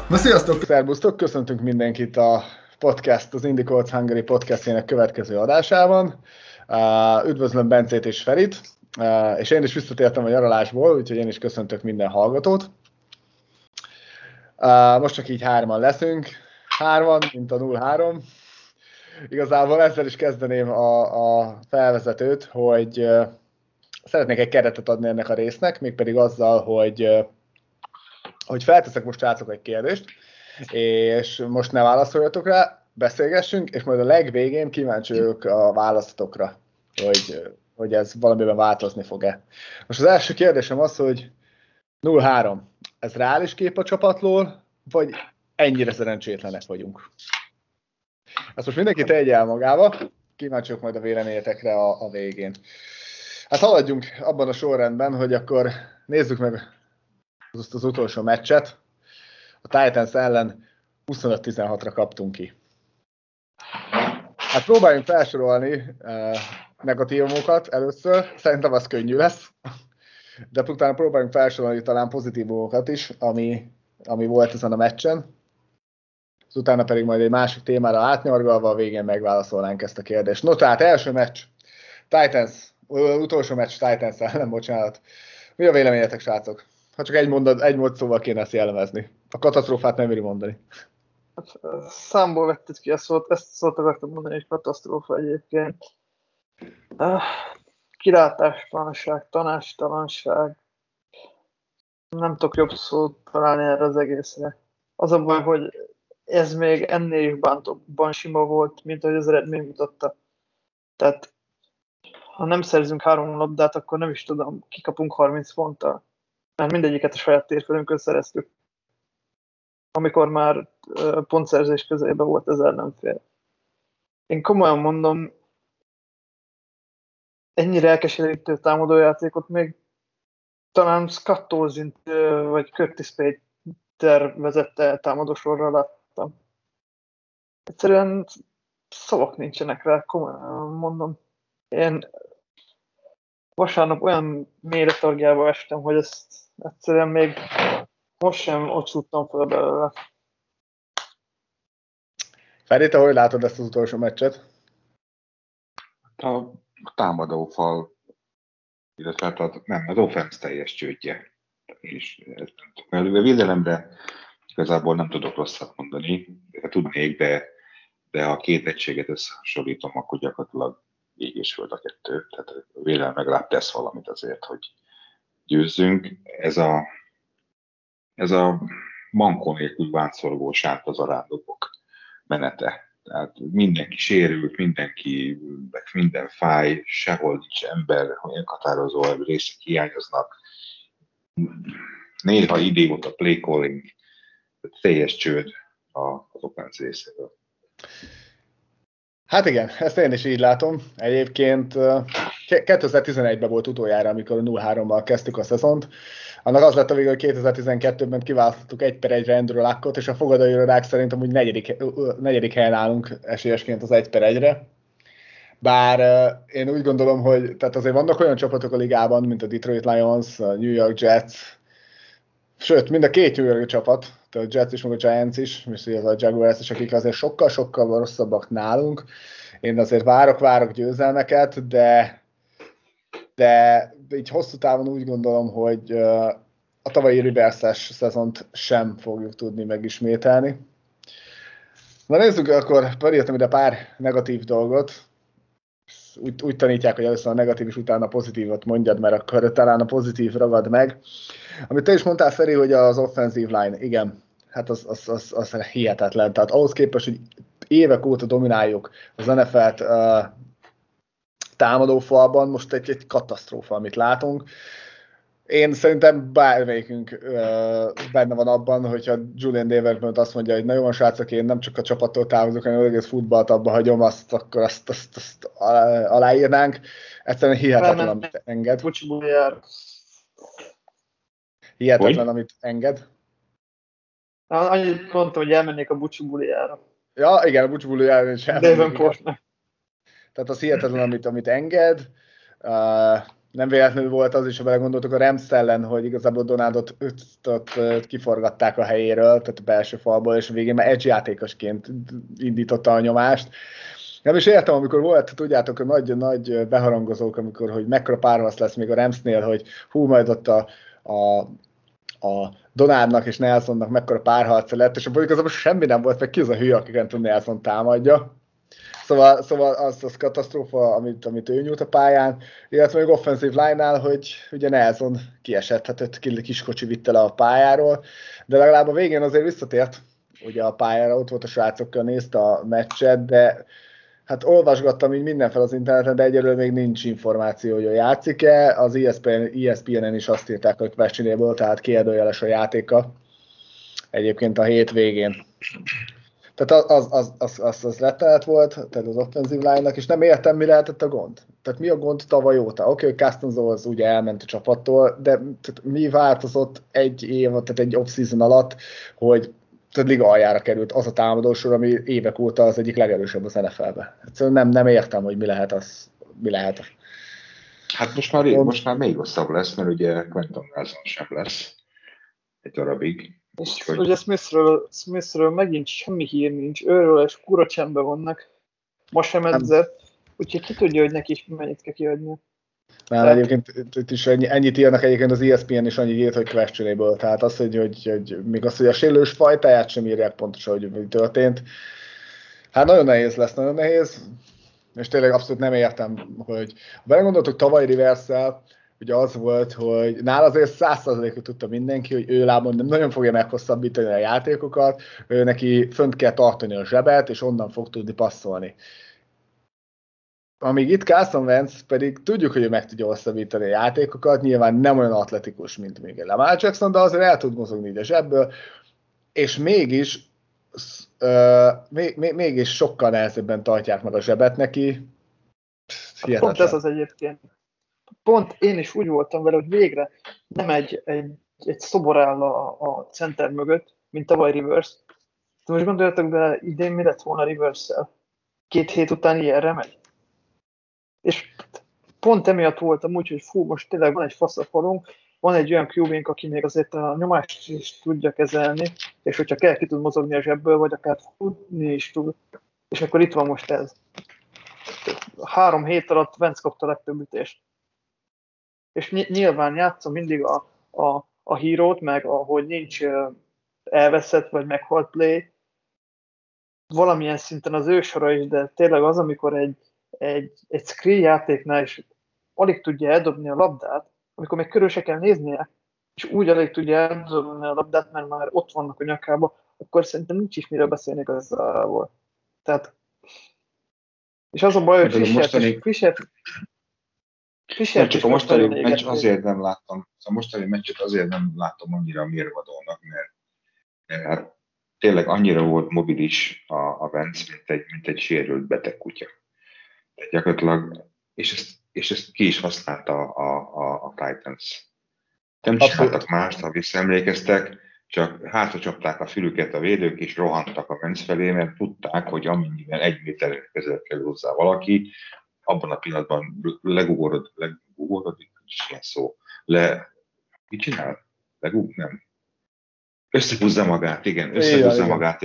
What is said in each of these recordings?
Na sziasztok, szervusztok, köszöntünk mindenkit a podcast, az Indie Colts Hungary podcastjének következő adásában. Üdvözlöm Bencét és Ferit, és én is visszatértem a nyaralásból, úgyhogy én is köszöntök minden hallgatót. Most csak így hárman leszünk, mint a 0-3. Igazából ezzel is kezdeném a felvezetőt, hogy szeretnék egy keretet adni ennek a résznek, mégpedig azzal, hogy felteszek most srácok egy kérdést, és most ne válaszoljatok rá, beszélgessünk, és majd a legvégén kíváncsi vagyok a választatokra, hogy ez valamiben változni fog-e. Most az első kérdésem az, hogy 0-3, ez reális kép a csapatról, vagy ennyire szerencsétlenek vagyunk? Ezt most mindenki tegye el magába, kíváncsi vagyok majd a véleményetekre a végén. Hát haladjunk abban a sorrendben, hogy akkor nézzük meg az utolsó meccset. A Titans ellen 25-16-ra kaptunk ki. Hát próbáljunk felsorolni negatívumokat először, szerintem az könnyű lesz, de utána próbáljunk felsorolni talán pozitívumokat is, ami volt ezen a meccsen. Utána pedig majd egy másik témára átnyargalva a végén megválaszolnánk ezt a kérdést. No, tehát első meccs, utolsó meccs Titans ellen, bocsánat. Mi a véleményetek, srácok? Ha csak egy szóval kéne ezt jellemezni. A katasztrófát nem éri mondani. Számból vetted ki ezt szót akartam mondani, hogy katasztrófa egyébként. Kilátástalanság, tanástalanság. Nem tudok jobb szót találni erre az egészre. Az a baj, hogy ez még ennél is bántóbban sima volt, mint ahogy az eredmény mutatta. Tehát ha nem szerzünk 3 labdát, akkor nem is tudom, kikapunk 30 ponttal. Mert mindegyiket a saját térfelünkön szereztük. Amikor már pontszerzés közelében volt az ellenfél. Én komolyan mondom, ennyire elkeserítő támadójátékot még talán Scott Tolzien vagy Curtis Pater vezette támadósorra láttam. Egyszerűen szavak nincsenek rá, komolyan mondom. Én vasárnap olyan mély letargiába estem, hogy ezt egyszerűen még most sem ocsúttam fel belőle. Feri, te hogy látod ezt az utolsó meccset? A támadófal, illetve az offense teljes csődje. És a védelemre igazából nem tudok rosszat mondani, de tudnék, de ha a két egységet összehasonlítom, akkor gyakorlatilag ég és föld a kettő. Tehát a védelem legalább tesz valamit azért, hogy győzzünk. Ez a mankó nélkül vánszorgó sárta zarándokok menete. Tehát mindenki sérült, minden fáj, sehol nincs ember, olyan határozó részek hiányoznak. Néha idióta play calling, teljes csőd az offense részéről. Hát igen, ezt én is így látom. Egyébként 2011-ben volt utoljára, amikor 0-3-mal kezdtük a szezont. Annak az lett a vége, hogy 2012-ben kiválasztottuk 1-1-re Andrew Luckot, és a fogadói irodák szerint amúgy negyedik helyen állunk esélyesként az 1-1-re. Bár én úgy gondolom, hogy tehát azért vannak olyan csapatok a ligában, mint a Detroit Lions, a New York Jets, sőt, mind a két New York csapat, tehát a Jets is, meg a Giants is, és a Jaguars is, akik azért sokkal rosszabbak nálunk. Én azért várok győzelmeket, de így hosszú távon úgy gondolom, hogy a tavalyi Rivers-es szezont sem fogjuk tudni megismételni. Na nézzük akkor, beírtam ide pár negatív dolgot. Úgy tanítják, hogy először a negatív és utána a pozitívat mondjad, mert akkor talán a pozitív ragad meg. Amit te is mondtál, Feri, hogy az offensive line, igen, hát az hihetetlen. Tehát ahhoz képest, hogy évek óta domináljuk az NFL-t támadófalban, most egy katasztrófa, amit látunk. Én szerintem bármelyikünk benne van abban, hogyha Julian Davenport azt mondja, hogy na jó van, srácok, én nem csak a csapattól távozok, hanem az egész futballt abba hagyom, akkor azt aláírnánk. Egyszerűen hihetetlen, amit enged. Hihetetlen, amit enged. Annyit mondtam, hogy elmennék a Bucsi bulijára. Ja, igen, a Bucsi bulijára is elmennék. Davenportnak. Tehát az hihetetlen, amit enged. nem véletlenül volt az is, ha belegondoltuk a Rams ellen, hogy igazából Donaldot kiforgatták a helyéről, tehát a belső falból, és a végén már edge játékosként indította a nyomást. Nem is értem, amikor volt, tudjátok, a nagy beharangozók, amikor, hogy mekkora párharc lesz még a Ramsnél, hogy hú, majd ott a Donaldnak és Nelsonnak mekkora párharca lett, és abban igazából semmi nem volt, meg ki az a hülye, akiket a Nelson támadja. Szóval az katasztrófa, amit ő nyújt a pályán, illetve még offensive line-nál, hogy ugye Nelson kiesett, hát őt kiskocsi vitte le a pályáról, de legalább a végén azért visszatért ugye a pályára, ott volt a srácokkal, nézte a meccset, de hát olvasgattam így mindenfel az interneten, de egyelőre még nincs információ, hogy ő játszik-e. Az ESPN-en is azt írták, hogy questionable, tehát kérdőjeles a játéka egyébként a hétvégén. Tehát az rettenet volt, tehát az offensive line-nak, és nem értem, mi lehetett a gond. Tehát mi a gond tavaly óta? Oké, hogy Costanzo az ugye elment a csapattól, de mi változott egy év, tehát egy off-season alatt, hogy tehát liga aljára került az a támadósor, ami évek óta az egyik legerősebb az NFL-be. Egyszerűen nem értem, hogy mi lehet az. Hát most már még rosszabb lesz, mert ugye Quentin Nelson sem lesz egy darabig. És ugye Smithről megint semmi hír nincs, őről és kura csendben vannak. Ma sem edzett, úgyhogy ki tudja, hogy neki is mennyit kell kiadni. Már egyébként itt is ennyit írnak egyébként az ESPN is annyit írt, hogy questionable. Tehát az, hogy még azt, hogy a sérülős fajtáját sem írják pontosan, hogy mi történt. Hát nagyon nehéz lesz, nagyon nehéz. És tényleg abszolút nem értem, hogy ha belegondoltuk tavaly Rivers-szel, ugye az volt, hogy nála azért 100%-ot tudta mindenki, hogy ő lábon nem nagyon fogja meghosszabbítani a játékokat, ő neki fönt kell tartani a zsebet, és onnan fog tudni passzolni. Amíg itt Carson Wentz pedig tudjuk, hogy ő meg tudja hosszabbítani a játékokat, nyilván nem olyan atletikus, mint még Lamar Jackson, de azért el tud mozogni így a zsebből, és mégis sokkal nehezebben tartják meg a zsebet neki. Pont ez az egyébként. Pont én is úgy voltam vele, hogy végre nem egy szobor áll a center mögött, mint tavaly Rivers. De most gondoljatok bele, idén mi lett volna Rivers-szel? 2 hét után ilyenre megy. És pont emiatt voltam úgy, hogy fú, most tényleg van egy faszafalunk, van egy olyan QB-nk, aki még azért a nyomást is tudja kezelni, és hogyha kell, ki tud mozogni a zsebből, vagy akár futni is tud. És akkor itt van most ez. 3 hét alatt Wentz kapta a legtöbb ütést. És nyilván játszom mindig a hírót, meg ahogy nincs elveszett vagy meghalt play, valamilyen szinten az ő sora is, de tényleg az, amikor egy screen játéknál is alig tudja eldobni a labdát, amikor még körül se kell néznie, és úgy alig tudja eldobni a labdát, mert már ott vannak a nyakába, akkor szerintem nincs is miről beszélni igazából. Tehát, és az a baj, hogy Fischer csak a mostani meccs azért nem láttam, a mostani meccset azért nem láttam annyira mérvadónak, mert hát tényleg annyira volt mobilis a Wentz, mint egy sérült beteg kutya. Tehát gyakorlatilag, és ezt ki is használta a Titans. Nem csináltak mást, ha visszaemlékeztek, csak hátra csapták a fülüket a védők, és rohantak a Wentz felé, mert tudták, hogy amennyiben 1 méterre közel kerül hozzá valaki, abban a pillanatban legugorodik, ilyen szó. Mit csinál? Nem. Összehúzza magát, igen, összehúzza magát,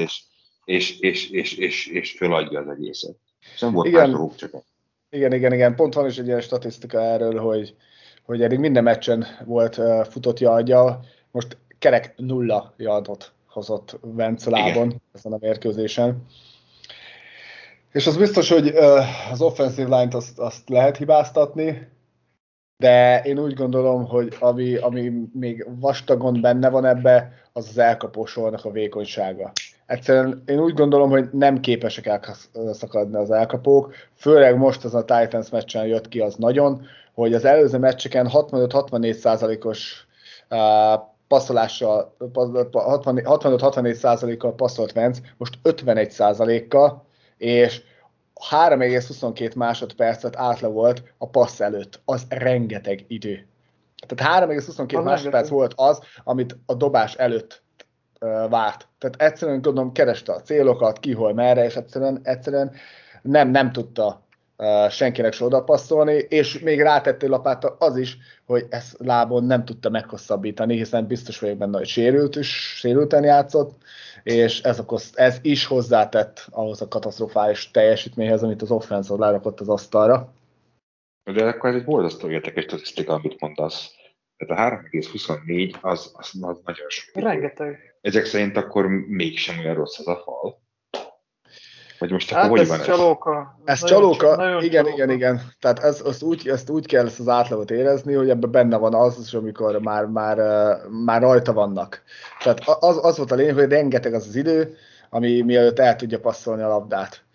és föladja az egészet. Nem volt más dolgok, csak. Igen. Pont van is egy ilyen statisztika erről, hogy eddig minden meccsen volt futott yardja, most kerek 0 yardot hozott Wentz lábon ezen a mérkőzésen. És az biztos, hogy az offensive line-t azt lehet hibáztatni, de én úgy gondolom, hogy ami még vastagon benne van ebbe, az az elkapósornak a vékonysága. Egyszerűen én úgy gondolom, hogy nem képesek elszakadni az elkapók, főleg most az a Titans meccsen jött ki az nagyon, hogy az előző meccseken 65-64%-os passzolással, 65-64%-kal passzolt Wentz, most 51%-kal, és 3,22 másodpercet átlagolt a passz előtt. Az rengeteg idő. Tehát 3,22 másodperc volt az, amit a dobás előtt várt. Tehát egyszerűen gondolom kereste a célokat, ki hol merre, és egyszerűen nem tudta senkinek se oda passzolni, és még rátett egy lapáttal az is, hogy ezt lábon nem tudta meghosszabbítani, hiszen biztos vagyok benne, hogy sérülten játszott, és ez is hozzátett ahhoz a katasztrofális teljesítményhez, amit az offense lerakott az asztalra. De akkor ez egy borzasztó érdekes statisztika, amit mondasz. Tehát a 3,24 az nagyon sok. Rengeteg. Ezek szerint akkor mégsem olyan rossz az a fal. Vagy most Hát akkor hogy van ez? Csalóka. Ez csalóka, igen. Tehát ezt úgy kell ezt az átlagot érezni, hogy ebben benne van az, amikor már rajta vannak. Tehát az volt a lényeg, hogy rengeteg az idő, ami mielőtt el tudja passzolni a labdát.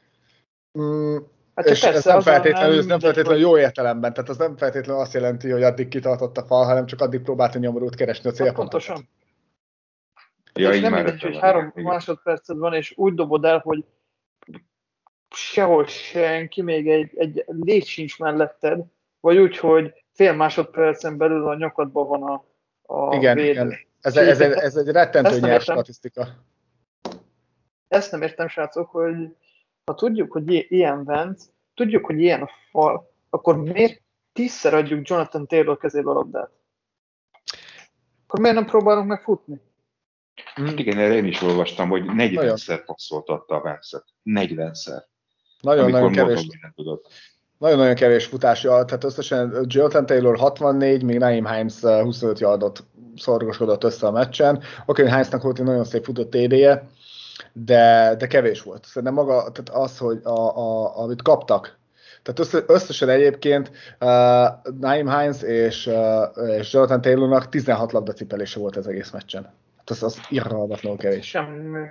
Hát és persze, ez nem feltétlenül jó értelemben, tehát az nem feltétlenül azt jelenti, hogy addig kitartott a fal, hanem csak addig próbálta nyomorút keresni a célpontot. Pontosan. Ja, és nem mindegy, hogy 3 másodperced van, és úgy dobod el, hogy sehol senki, még egy légy sincs melletted, vagy úgy, hogy fél másodpercen belül a nyakadban van a igen, védő. Igen. Ez egy rettentő nyers statisztika. Ezt nem értem, srácok, hogy ha tudjuk, hogy ilyen Vance, tudjuk, hogy ilyen a fal, akkor miért 10-szer adjuk Jonathan Taylor kezébe a labdát? Akkor miért nem próbálunk meg futni? Hát igen, erre én is olvastam, hogy 40-szer passzoltatta a Vance-et. 40-szer. Nagyon kevés. Nagyon-nagyon kevés futási, tehát összesen Jonathan Taylor 64, még Nyheim Hines 25 yardot szorgosodott össze a meccsen. Oké, Hinesnak volt egy nagyon szép futott TD-je, de kevés volt. Szerintem maga, tehát az, hogy amit kaptak, tehát összesen egyébként Nyheim Hines és Jonathan Taylornak 16 labdacipelése volt az egész meccsen. Az irgalmatlanul kevés. Semmi.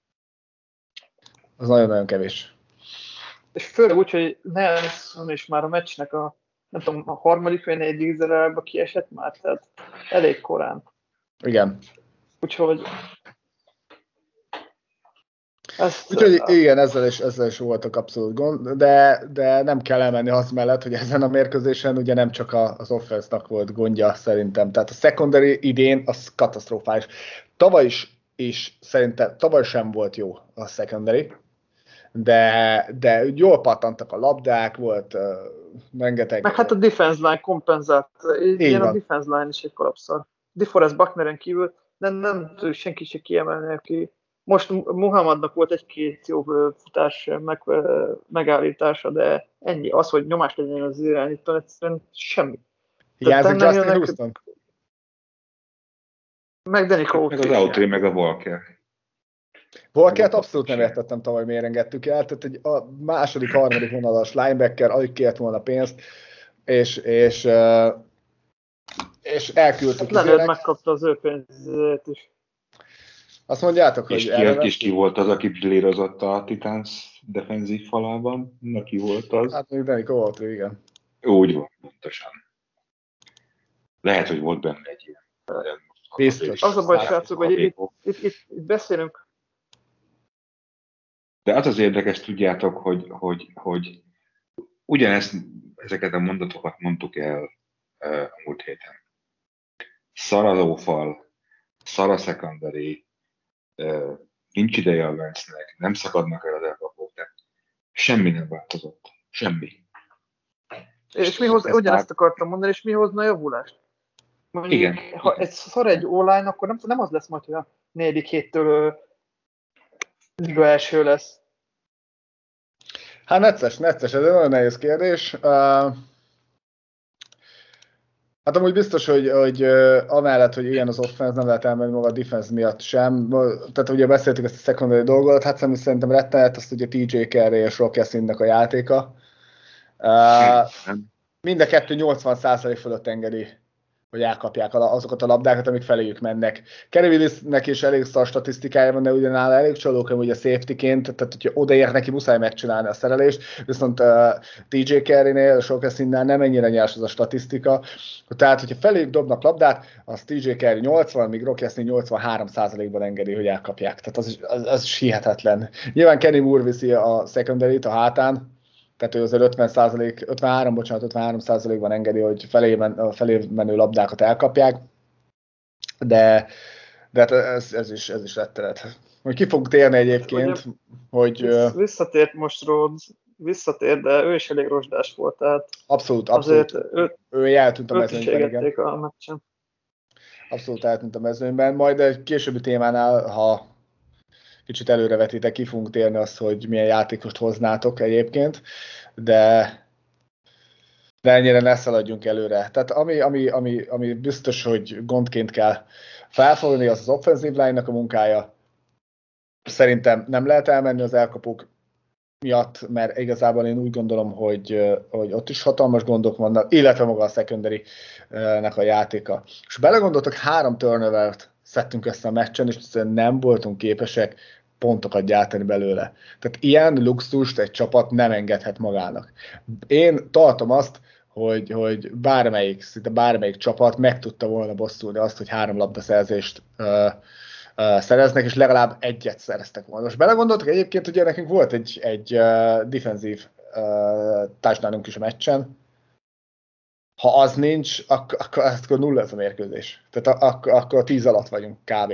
Az nagyon-nagyon kevés. És főleg úgy, hogy Nelson is már a meccsnek nem tudom, a harmadik vagy negyedik zerelbe kiesett már, tehát elég korán. Igen. Úgyhogy igen, ezzel is voltak abszolút gond, de nem kell elmenni az mellett, hogy ezen a mérkőzésen ugye nem csak az offense-nak volt gondja szerintem. Tehát a secondary idén az katasztrofális. Tavaly sem volt jó a secondary, de jól pattantak a labdák, volt rengeteg... Meg hát a defense line kompenzált. Ilyen a defense line is egy korabszar. DeForest Buckneren kívül nem tud senki se kiemelni, aki... Most Muhammadnak volt egy-két jó futás megállítása, de ennyi. Az, hogy nyomást legyen az irányítón, egyszerűen semmi. Hiányzik Justin Houston? Meg Danny Coates. Meg az Autry, meg a Walker. Walkert abszolút nem értettem tavaly, miért engedtük el. Tehát a második, harmadik vonalas linebacker alig kért volna pénzt, és elküldtük. Leonard megkapta az ő pénzét is. Azt mondjátok, hogy... És ki volt az, aki brillérozott a Titans defenzív falában? Na, ki volt az? Hát még Danny Coates, igen. Úgy van, pontosan. Lehet, hogy volt benne egy ilyen. Biztos. Az a baj, srácok, hogy itt beszélünk. De az az érdekes, tudjátok, hogy ezeket a mondatokat mondtuk el a múlt héten. Szar az ófal, szar a secondary, nincs ideje a Vance-nek, nem szakadnak el az elkapók, de semmi nem változott. Semmi. És ugyanezt akartam mondani, és mi hozna a javulást? Mondjuk, igen. Ha egy szar egy online, akkor nem az lesz majd, hogy a 4. héttől liga első lesz. Hát necces, ez egy nagyon nehéz kérdés. Hát amúgy biztos, hogy amellett, hogy ilyen az offense, nem lehet elmenni maga a defense miatt sem. Tehát ugye beszéltük ezt a secondary dolgot, hát szerintem rettenet, azt ugye TJ Carey és Rock Ya-Sinnek a játéka. Mind a kettő 80% fölött engedi, hogy elkapják azokat a labdákat, amik feléjük mennek. Kerry Willisnek is elég szar statisztikája van, de ugyanáll elég csalók, ugye safety-ként, tehát hogyha odaér neki, muszáj megcsinálni a szerelést, viszont TJ Carey-nél, a Rock Ya-Sinnál nem ennyire nyers az a statisztika. Tehát, hogyha feléjük dobnak labdát, az TJ Carey 80, míg Rock Ya-Sin 83%-ban engedi, hogy elkapják. Tehát az is hihetetlen. Nyilván Kenny Moore viszi a secondary-t a hátán, tehát ő azért 53%-ban engedi, hogy felé menő labdákat elkapják, de hát ez is rettenet. Hogy ki fog térni egyébként, hogy... Visszatért most Rhodes, visszatér, de ő is elég rozsdás volt, tehát Abszolút. azért Ő eltűnt a őt is mezőnyben, igen. égették a meccsen. Abszolút eltűnt a mezőnyben. Majd egy későbbi témánál, ha kicsit előrevetitek, ki fogunk térni azt, hogy milyen játékost hoznátok egyébként, de ennyire ne szaladjunk előre. Tehát ami biztos, hogy gondként kell felfogni, az az offensive line-nak a munkája. Szerintem nem lehet elmenni az elkapók miatt, mert igazából én úgy gondolom, hogy ott is hatalmas gondok vannak, illetve maga a secondary-nek a játéka. És belegondoltak, 3 turnovert szedtünk össze a meccsen, és egyszerűen nem voltunk képesek pontokat gyártani belőle. Tehát ilyen luxust egy csapat nem engedhet magának. Én tartom azt, hogy szinte bármelyik csapat meg tudta volna bosszulni azt, hogy 3 labdaszerzést szereznek, és legalább egyet szereztek volna. Most belegondoltak egyébként, hogy nekünk volt egy defenzív touchdownunk is a meccsen. Ha az nincs, akkor 0 ez a mérkőzés. Tehát akkor 10 alatt vagyunk kb.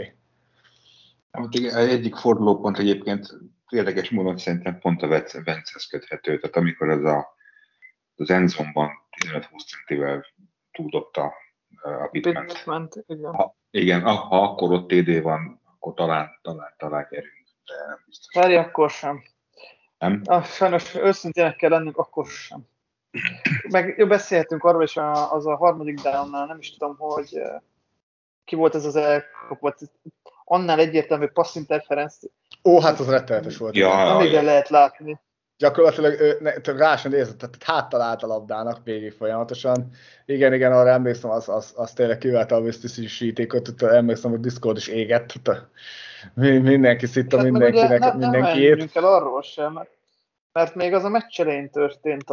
Egyik fordulópont egyébként érdekes módon szerintem pont a Wentzhez köthető. Tehát amikor az endzone-ban 15-20 centivel túldobta a Pittment. Igen, ha akkor ott TD van, akkor talán gyerünk, de nem biztos. Feri, akkor sem. Nem? Sajnos őszintének kell lennünk, akkor sem. Meg beszélhetünk arról, és az a harmadik downnál nem is tudom, hogy ki volt ez az elkapott. Annál egyértelmű passz-interferenc. Hát az rettenetes volt. Amíg lehet látni. Gyakorlatilag rá sem nézett, tehát háttal állt a labdának végig folyamatosan. Igen, arra emlékszem, az tényleg kiválta a biztosítékot, emlékszem, hogy Discord is égett. Mindenki szitta mindenkinek, mindenkiét. Nem menjünk el arról sem, mert még az a meccs elején történt,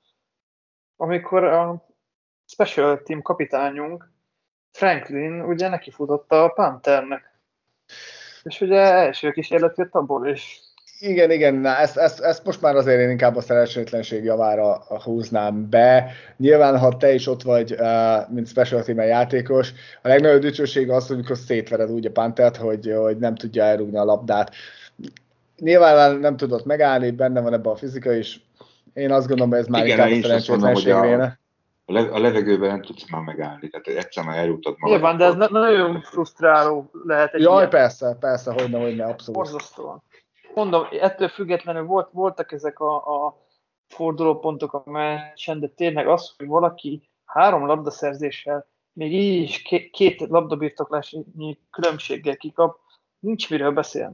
amikor a special team kapitányunk, Franklin, ugye nekifutotta a Panthernek. És ugye első kísérlet jött abból is. Igen, na ezt most már azért én inkább a szerencsétlenség javára húznám be. Nyilván, ha te is ott vagy, mint special team játékos, a legnagyobb dicsőség az, amikor szétvered úgy a Panthert, hogy nem tudja elrúgni a labdát. Nyilván nem tudott megállni, benne van ebben a fizika is. Én azt gondolom, hogy ez már inkább a szerencsétlenség réne. A levegőben nem tudsz már megállni, tehát egyszerűen elrúgtad magad. Nyilván, de ez nagyon frusztráló lehet. Jaj, persze, hogyne, abszolút. Borzasztóan. Mondom, ettől függetlenül voltak ezek a fordulópontok a meccsen, de tényleg az, hogy valaki 3 labdaszerzéssel, még így is 2 labdabirtoklási különbséggel kikap, nincs miről beszélni.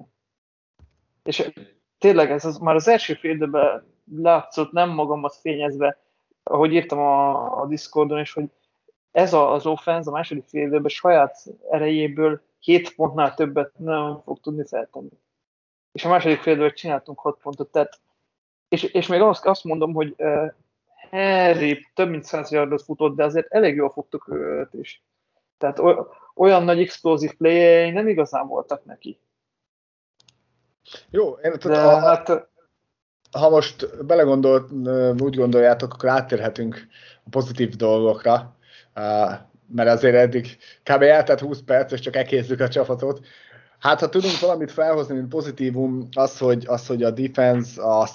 És tényleg ez már az első fél időben látszott, nem magamat fényezve, ahogy írtam a Discordon is, hogy ez az offense a második fél időben saját erejéből 7 pontnál többet nem fog tudni feltenni. És a második fél időben csináltunk 6 pontot, tehát, és még azt mondom, hogy Henry több mint 100 yardot futott, de azért elég jól fogtuk őt is. Tehát olyan nagy explosive play-ei nem igazán voltak neki. Jó, ha most úgy gondoljátok, akkor áttérhetünk a pozitív dolgokra, mert azért eddig kb. Eltelt 20 perc, és csak ekézzük a csapatot. Hát, ha tudunk valamit felhozni, mint pozitívum, az, hogy a defense a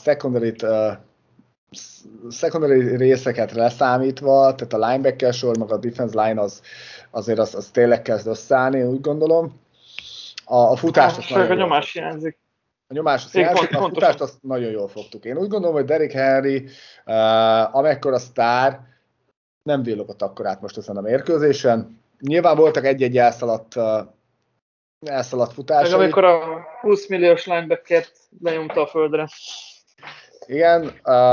secondary részeket leszámítva, tehát a linebacker sor, meg a defense line az tényleg kezd összeállni, én úgy gondolom. A futást a nyomás hiányzik. A futást azt nagyon jól fogtuk. Én úgy gondolom, hogy Derrick Henry, amekkora sztár, nem villogott akkorát most ezen a mérkőzésen. Nyilván voltak egy-egy elszaladt futásai. Meg amikor a 20 milliós linebackert lenyomta a földre. Igen.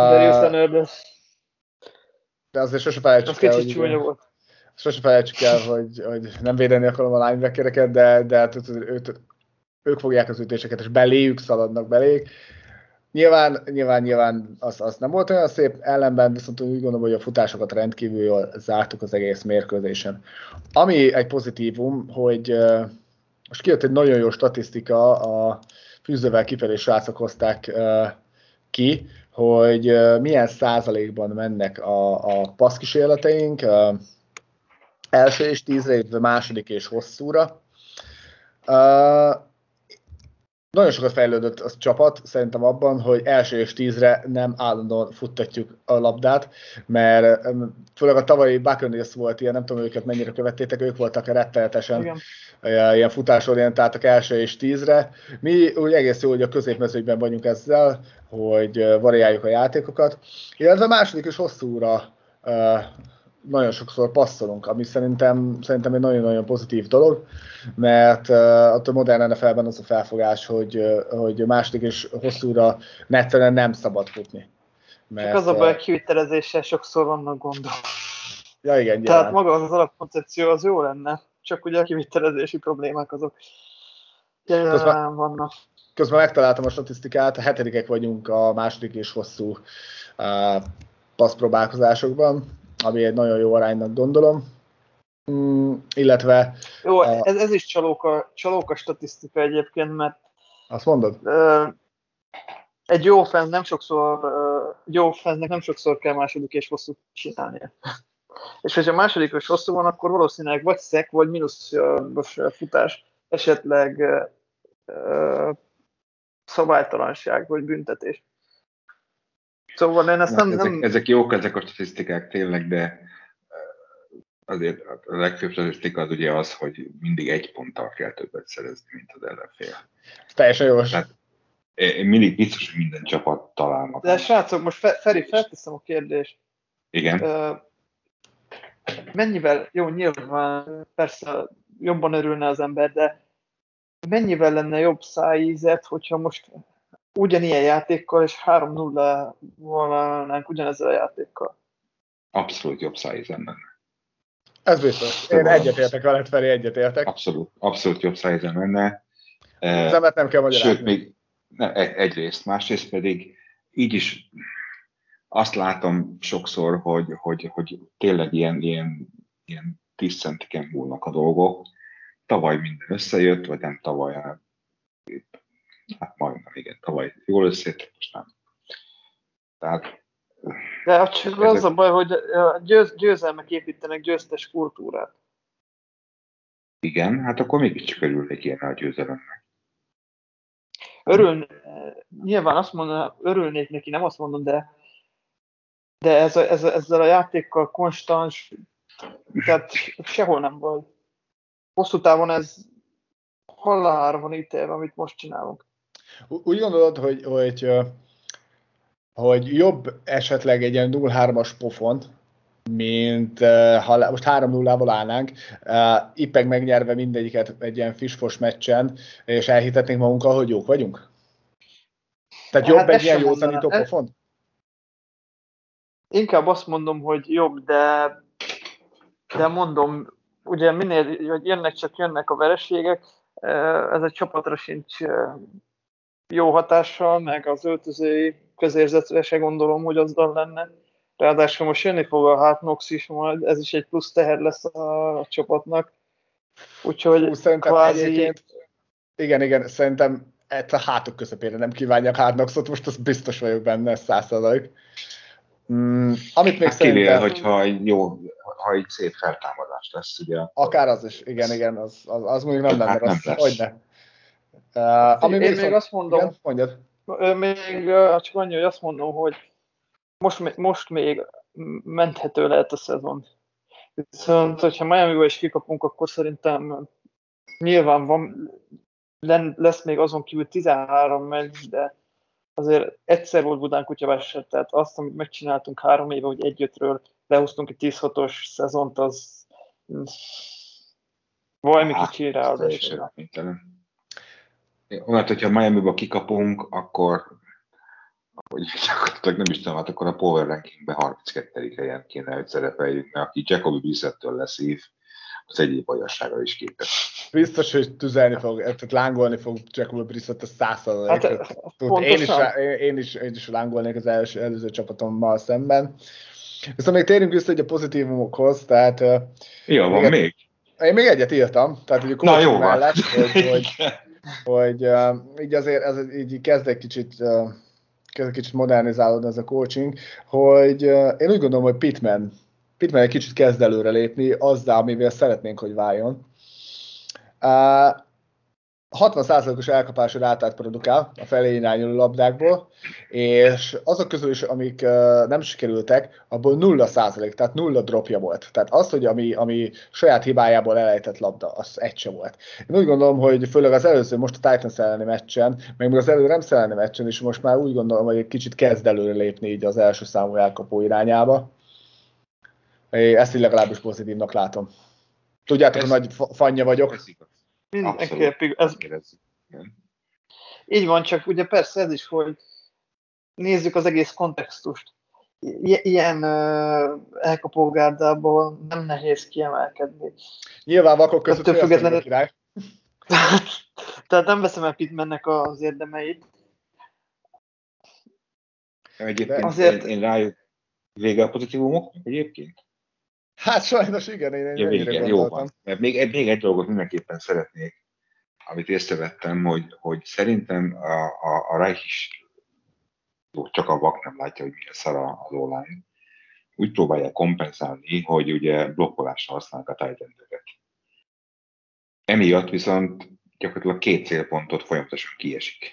De azért sose felejtsük el, hogy nem védeni akarom a linebackereket, de ők fogják az ütéseket, és beléjük szaladnak beléjük. Nyilván az nem volt olyan szép, ellenben viszont úgy gondolom, hogy a futásokat rendkívül jól zártuk az egész mérkőzésen. Ami egy pozitívum, hogy most kijött egy nagyon jó statisztika, a fűzővel kifelé srácok hozták ki, hogy milyen százalékban mennek a passzkísérleteink, első és 10-re, illetve második és hosszúra. nagyon sokat fejlődött a csapat, szerintem abban, hogy első és 10-re nem állandóan futtatjuk a labdát, mert főleg a tavalyi Buccaneers volt ilyen, nem tudom őket mennyire követtétek, ők voltak rettenetesen ilyen futásorientáltak első és 10-re. Mi úgy egész jó, hogy a középmezőnyben vagyunk ezzel, hogy variáljuk a játékokat, illetve a második is hosszúra nagyon sokszor passzolunk, ami szerintem egy nagyon-nagyon pozitív dolog, mert a modern NFL-ben az a felfogás, hogy második és hosszúra egyszerűen nem szabad futni. Csak az a baj, a kivitelezéssel sokszor vannak gondok. Ja, igen, tehát maga az alapkoncepció az jó lenne, csak ugye a kivitelezési problémák azok jelen vannak. Közben megtaláltam a statisztikát, a 7-ek vagyunk a második és hosszú passzpróbálkozásokban, ami egy nagyon jó aránynak gondolom. Illetve... Jó, ez is csalóka statisztika egyébként, mert... Azt mondod? Egy jó offense-nek nem sokszor kell második és hosszú csinálnia. És hogyha második és hosszú van, akkor valószínűleg vagy szek, vagy mínuszos futás, esetleg szabálytalanság, vagy büntetés. Szóval én ezt nem... Ezek jók, ezek a statisztikák tényleg, de azért a legfőbb statisztika az ugye az, hogy mindig egy ponttal kell többet szerezni, mint az ellenfél. Teljesen jogos. Tehát én mindig biztos, hogy minden csapat találnak. De srácok, most Feri, felteszem a kérdést. Igen. Mennyivel, jó, nyilván persze jobban örülne az ember, de mennyivel lenne jobb szájízet, hogyha most ugyanilyen játékkal és 3-0-val állnánk ugyanezzel a játékkal? Abszolút jobb szájízen lenne. Ez biztos. Én egyetértek veled, Feri, egyetértek. Abszolút jobb szájízen lenne. Az embert nem kell magyarázni. Sőt, még egyrészt, másrészt pedig így is azt látom sokszor, hogy tényleg ilyen 10 centiken múlnak a dolgok. Tavaly minden összejött, vagy nem tavaly, hát majdnem, igen, tavaly jól összejött, most nem. Tehát, de csak az a baj, hogy győzelmek építenek győztes kultúrát. Igen, hát akkor mégiscsak örülnék ilyen a győzelemnek. Nyilván azt mondom, örülnék neki, nem azt mondom, de ezzel a játékkal konstans, tehát sehol nem vagy. Hosszú távon ez halálra van ítélve, amit most csinálunk. Úgy gondolod, hogy jobb esetleg egy ilyen 0-3-as pofont, mint ha most 3-0-val állnánk, Ipeg megnyerve mindegyiket egy ilyen fisfos meccsen, és elhitetnénk magunkkal, hogy jók vagyunk? Tehát jobb egy ilyen jó tanító pofont? Inkább azt mondom, hogy jobb, de mondom, ugye minél hogy jönnek a vereségek, ez egy csapatra sincs jó hatással, meg az öltözői közérzetre se gondolom, hogy azzal lenne. Ráadásul most jönni fog a Hard Knocks is majd, ez is egy plusz teher lesz a csapatnak. Úgyhogy kvázi... Igen, szerintem a hátuk közepére nem kívánják Hard Knocks-ot, most az biztos vagyok benne, 100%. Amit még szerintem... hogyha ha egy szép feltámadás lesz, ugye. Akár az is, igen, az mondjuk nem lenne rossz, hogyne. Én még azt mondom, igen, mondjad. Még csak annyi, hogy azt mondom, hogy most még menthető lehet a szezon. Viszont, hogyha Miami-ból is kikapunk, akkor szerintem nyilván lesz még azon kívül 13 meccs, de azért egyszer volt Budán kutyavásár, tehát azt, amit megcsináltunk 3 éve, hogy 1-5-ről lehoztunk egy 10-6-os szezont, az valami kicsi ráadásul. Olyan, hogyha Miami-ba kikapunk, akkor gyakorlatilag nem is tudom, hát akkor a Power Rankingben 32. helyen kéne, hogy szerepeljünk, mert aki Jacoby Brissettől leszív, az egyéb bajasságra is képes. Biztos, hogy tüzelni fog, tehát lángolni fog Jacoby Brissett a 100%. Én is lángolnék az előző csapatommal szemben. Viszont még térjünk vissza egy a pozitívumokhoz, tehát... Jó, van még? Én még egyet írtam, tehát hogy a coaching mellett, hogy így azért ez így kezd egy kicsit modernizálódni ez a coaching, hogy én úgy gondolom, hogy Pittman egy kicsit kezd előre lépni azzal, amivel szeretnénk, hogy váljon. 60%-os elkapású rátát produkál a felé irányuló labdákból, és azok közül is, amik nem sikerültek, abból 0%, tehát 0 dropja volt. Tehát az, hogy ami saját hibájából elejtett labda, az egy se volt. Én úgy gondolom, hogy főleg az előző, most a Titans elleni meccsen, meg még az előző Rams elleni meccsen is most már úgy gondolom, hogy egy kicsit kezd előre lépni így az első számú elkapó irányába. Ezt így legalábbis pozitívnak látom. Tudjátok, hogy nagy fanja vagyok. Mindenképp, így van, csak ugye persze ez is, hogy nézzük az egész kontextust. Ilyen elkapógárdából nem nehéz kiemelkedni. Nyilván vakok között függetlenül király. Tehát nem veszem el Pittmannek az érdemeit. Egyébként azért... én rájuk vége a pozitívumok egyébként? Hát sajnos igen, én ennyire jó van. Mert még egy dolgot mindenképpen szeretnék, amit észrevettem, hogy szerintem a Reich is, csak a vak nem látja, hogy milyen szar az online, úgy próbálják kompenzálni, hogy ugye blokkolásra használnak a tight endeket. Emiatt viszont gyakorlatilag 2 célpontot folyamatosan kiesik.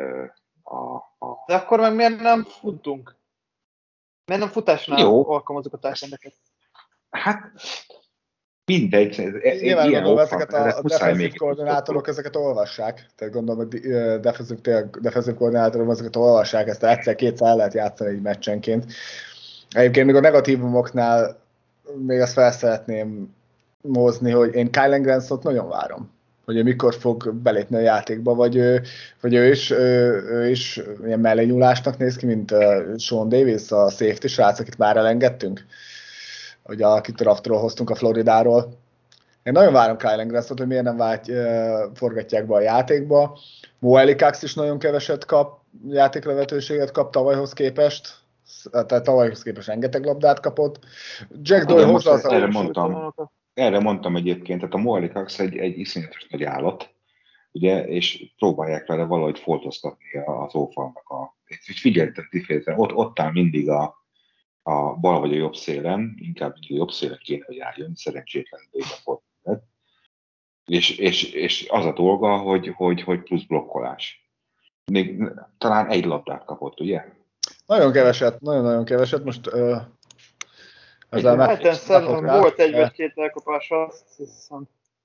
De akkor meg miért nem futunk? Miért nem futásnál alkalmazunk a tight endeket? Hát mindegy. Nyilván gondolom, ezeket a defensív koordinátorok ezeket olvassák. Tehát gondolom, hogy defensív koordinátorok ezeket olvassák, ezt egyszer-kétszer el lehet játszani egy meccsenként. Egyébként még a negatívumoknál még azt fel szeretném mózni, hogy én Kylen Gransot nagyon várom. Hogy mikor fog belépni a játékba, vagy ő is ilyen mellényúlásnak néz ki, mint Sean Davis, a safety srác, akit már elengedtünk. Ugye akit draftról hoztunk a Floridáról. Én nagyon várom Kylen Gransot, hogy miért nem forgatják be a játékba. Mo Alie-Cox is nagyon keveset kap, játéklehetőséget kap tavalyhoz képest. Tehát tavalyhoz képest rengeteg labdát kapott. Jack Doyle hozzá az erre mondtam egyébként, tehát a Mo Alie-Cox egy iszonyatos nagy állat, ugye, és próbálják vele valahogy foltoztatni az ófalnak figyeltem kifejezetten, ott áll mindig a bal vagy a jobb szélen, inkább a jobb szélen kéne, hogy álljon, szerencsétlen volt. És az a dolga, hogy plusz blokkolás. Még talán egy labdát kapott, ugye? Nagyon keveset, nagyon-nagyon keveset. Most volt egy vagy 2 elkapása, azt hiszem.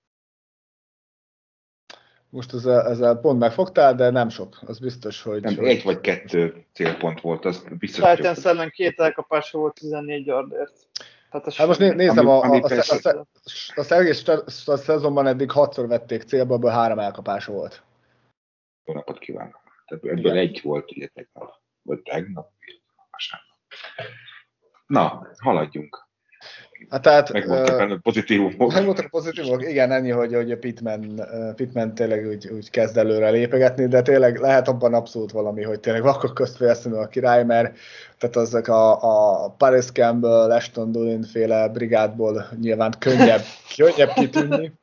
Most ezzel pont megfogtál, de nem sok. Az biztos, hogy... Nem, 1 vagy 2 célpont volt, az biztos. Titans ellen 2 elkapása volt 14 yardért. Hát most nézem, az egész szezonban eddig 6-szor vették célba, abból 3 elkapása volt. Jó napot kívánok. Tehát ebből egy volt ugye tegnap, vagy tegnap, vasárnap. Na, haladjunk. Hát tehát, megmondtak a pozitívumok. Megmondtak a pozitívumok, igen, ennyi, hogy a Pittman tényleg úgy kezd előre lépegetni, de tényleg lehet abban abszolút valami, hogy tényleg vakok közt felszínű a király, mert tehát azok a Paris Campbell, Ashton Dulin féle brigádból nyilván könnyebb kitűnni.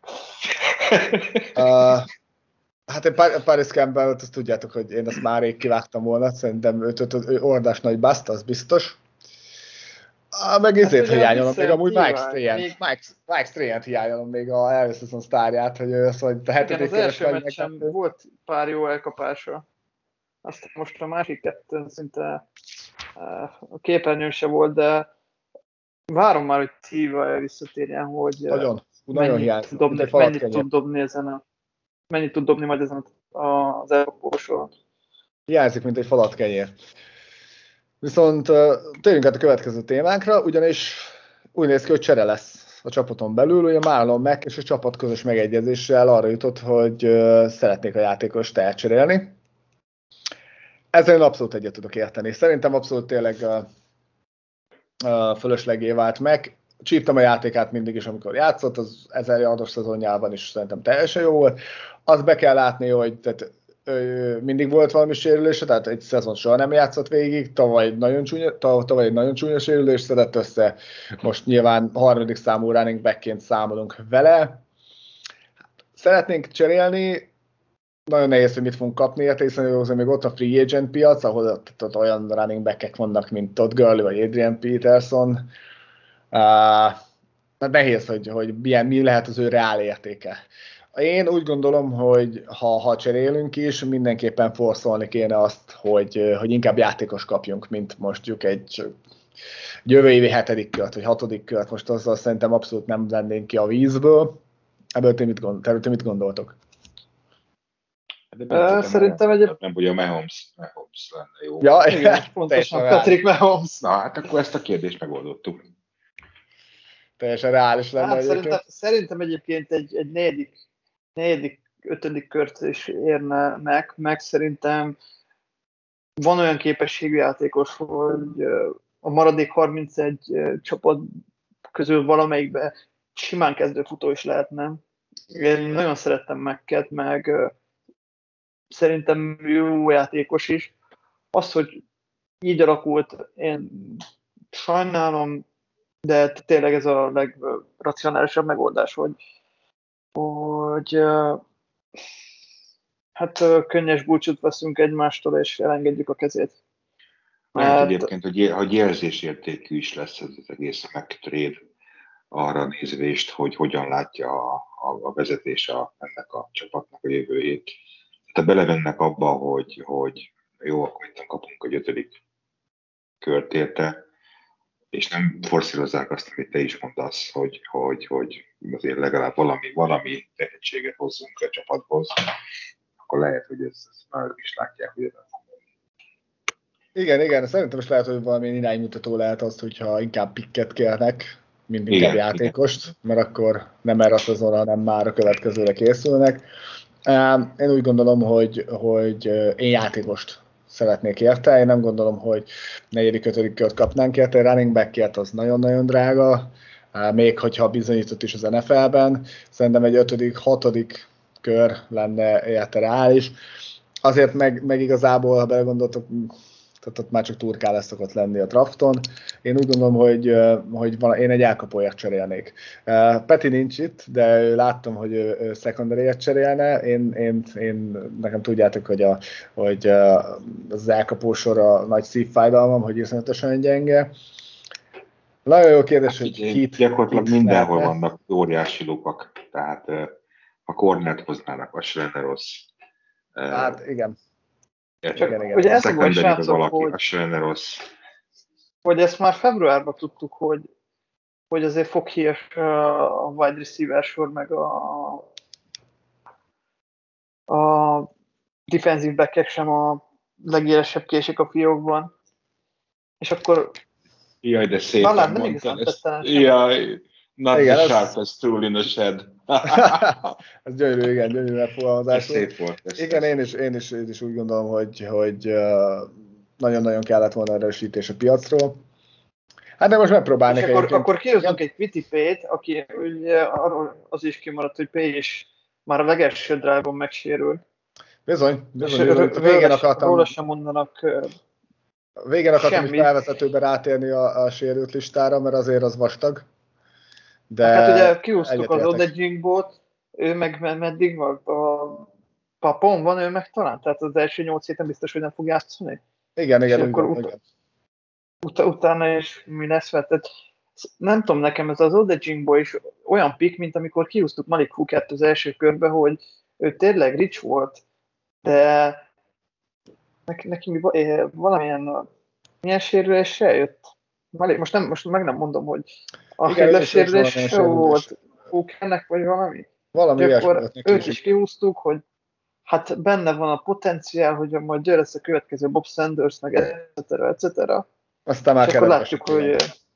Hát én Paris Campbell-t azt tudjátok, hogy én azt már rég kivágtam volna, szerintem ő ordás nagy baszt, az biztos. Meg ezért hiányolom, még amúgy Mike Strahan-t hiányolom még a előszezon sztárját, hogy ő azt mondja, a hetedik az első meccsen volt pár jó elkapása. Azt most a másik kettőn szinte a képernyőn se volt, de várom már, hogy Tiva visszatérjen, hogy mennyit tud dobni majd ezen az elkapóson. Hiányzik, mint egy falat kenyér. Viszont térjünk át a következő témánkra, ugyanis úgy néz ki, hogy csere lesz a csapaton belül, ugye Marlon Mack és a csapat közös megegyezéssel arra jutott, hogy szeretnék a játékost elcserélni. Ezzel én abszolút egyet tudok érteni. Szerintem abszolút tényleg fölöslegé vált meg. Csíptem a játékát mindig is, amikor játszott, az 1000 yardos szezonjában is szerintem teljesen jó volt. Azt be kell látni, hogy mindig volt valami sérülése, tehát egy szezon soha nem játszott végig, tavaly egy nagyon csúnya sérülés szedett össze, most nyilván 3. számú running backként számolunk vele. Szeretnénk cserélni, nagyon nehéz, hogy mit fogunk kapni, hiszen még ott a free agent piac, ahol ott olyan running backek vannak, mint Todd Gurley vagy Adrian Peterson. Nehéz, hogy mi lehet az ő reál értéke. Én úgy gondolom, hogy ha cserélünk is, mindenképpen forszolni kéne azt, hogy inkább játékos kapjunk, mint mondjuk egy jövő évi 7. kört, vagy 6. kört. Most azzal szerintem abszolút nem vennénk ki a vízből. Ebből ti mit gondoltok? Szerintem egyébként... Nem, hogy a Mahomes lenne jó. Ja, igen, pontosan, Patrick Mahomes. Na hát akkor ezt a kérdést megoldottuk. Teljesen reális lenne hát szerintem egyébként egy negyedik, 5. kört is érne meg szerintem van olyan képességű játékos, hogy a maradék 31 csapat közül valamelyikben simán kezdőfutó is lehetne. Én nagyon szerettem Macket, meg szerintem jó játékos is. Az, hogy így alakult, én sajnálom, de tényleg ez a legracionálisabb megoldás, hogy hát könnyes búcsút veszünk egymástól, és elengedjük a kezét. Mert egyébként, hogy érzésértékű is lesz ez az egész McTrade arra nézvést, hogy hogyan látja a vezetés ennek a csapatnak a jövőjét. Tehát belevennek abba, hogy jó, akkor itt kapunk egy 5. kört érte, és nem forszírozzák azt, amit te is mondasz, hogy azért legalább valami tehetséget hozzunk a csapathoz, akkor lehet, hogy ezt már is látják, hogy ez Igen, szerintem is lehet, hogy valami iránymutató lehet az, hogyha inkább pikket kérnek, mint inkább játékost, mert akkor nem erre a szezonra, hanem már a következőre készülnek. Én úgy gondolom, hogy én játékost szeretnék érte. Én nem gondolom, hogy 4.-5. kört kapnánk érte. Running back-ért az nagyon-nagyon drága, még hogyha bizonyított is az NFL-ben. Szerintem egy 5.-6. kör lenne érte reális. Azért meg igazából, ha belegondoltok, tehát ott már csak turkál lesz szokott lenni a drafton. Én úgy gondolom, hogy én egy elkapóért cserélnék. Peti nincs itt, de láttam, hogy ő secondary-ért cserélne. Nekem tudjátok, hogy az elkapósor a nagy szívfájdalmam, hogy iszonyatosan gyenge. Nagyon jó kérdés, hogy hit. Gyakorlatilag mindenhol vannak óriási lukak, tehát ha cornert hoznának, az se lenne rossz. Hát igen. Igen. Ugye ez a baj, srácok, hogy ezt már februárban tudtuk, hogy azért fog híres a wide receiver sor, meg a defensive back-ek sem a legélesebb késik a fiókban. És akkor jaj, de szépen talán nem igazán tettem. Jaj, not igen, the sharpest tool in the shed. Ez gyönyörű, igen, gyönyörű megfogalmazás. Szép volt. Igen, én is úgy gondolom, hogy nagyon-nagyon kellett volna erősítés a piacról. Hát de most megpróbálnék. És akkor kihozunk egy Quitty-t, aki ugye arról az is kimaradt, hogy P is már a legelső drive-on megsérül. Bizony. Végén akartam. Róla sem mondanak végén akartam is felvezetőbe rátérni a sérült listára, mert azért az vastag. De hát ugye kihúztuk az Odejinkbót, ő meg meddig van? A Papon van, ő meg talán? Tehát az első 8 héten biztos, hogy nem fog játszani? Igen. Akkor utána is mi lesz vett. Nem tudom, nekem ez az Odejinkból is olyan pick, mint amikor kihúztuk Malik Hookert az első körbe, hogy ő tényleg rich volt, de neki valamilyen milyen sérüléssel jött? Most meg nem mondom, hogy a lesérülés volt Hookernek, vagy valami. Valami akkor őt is kihúztuk, hogy hát benne van a potenciál, hogy majd ő lesz a következő Bob Sanders, meg etc. Aztán már és akkor látjuk, hogy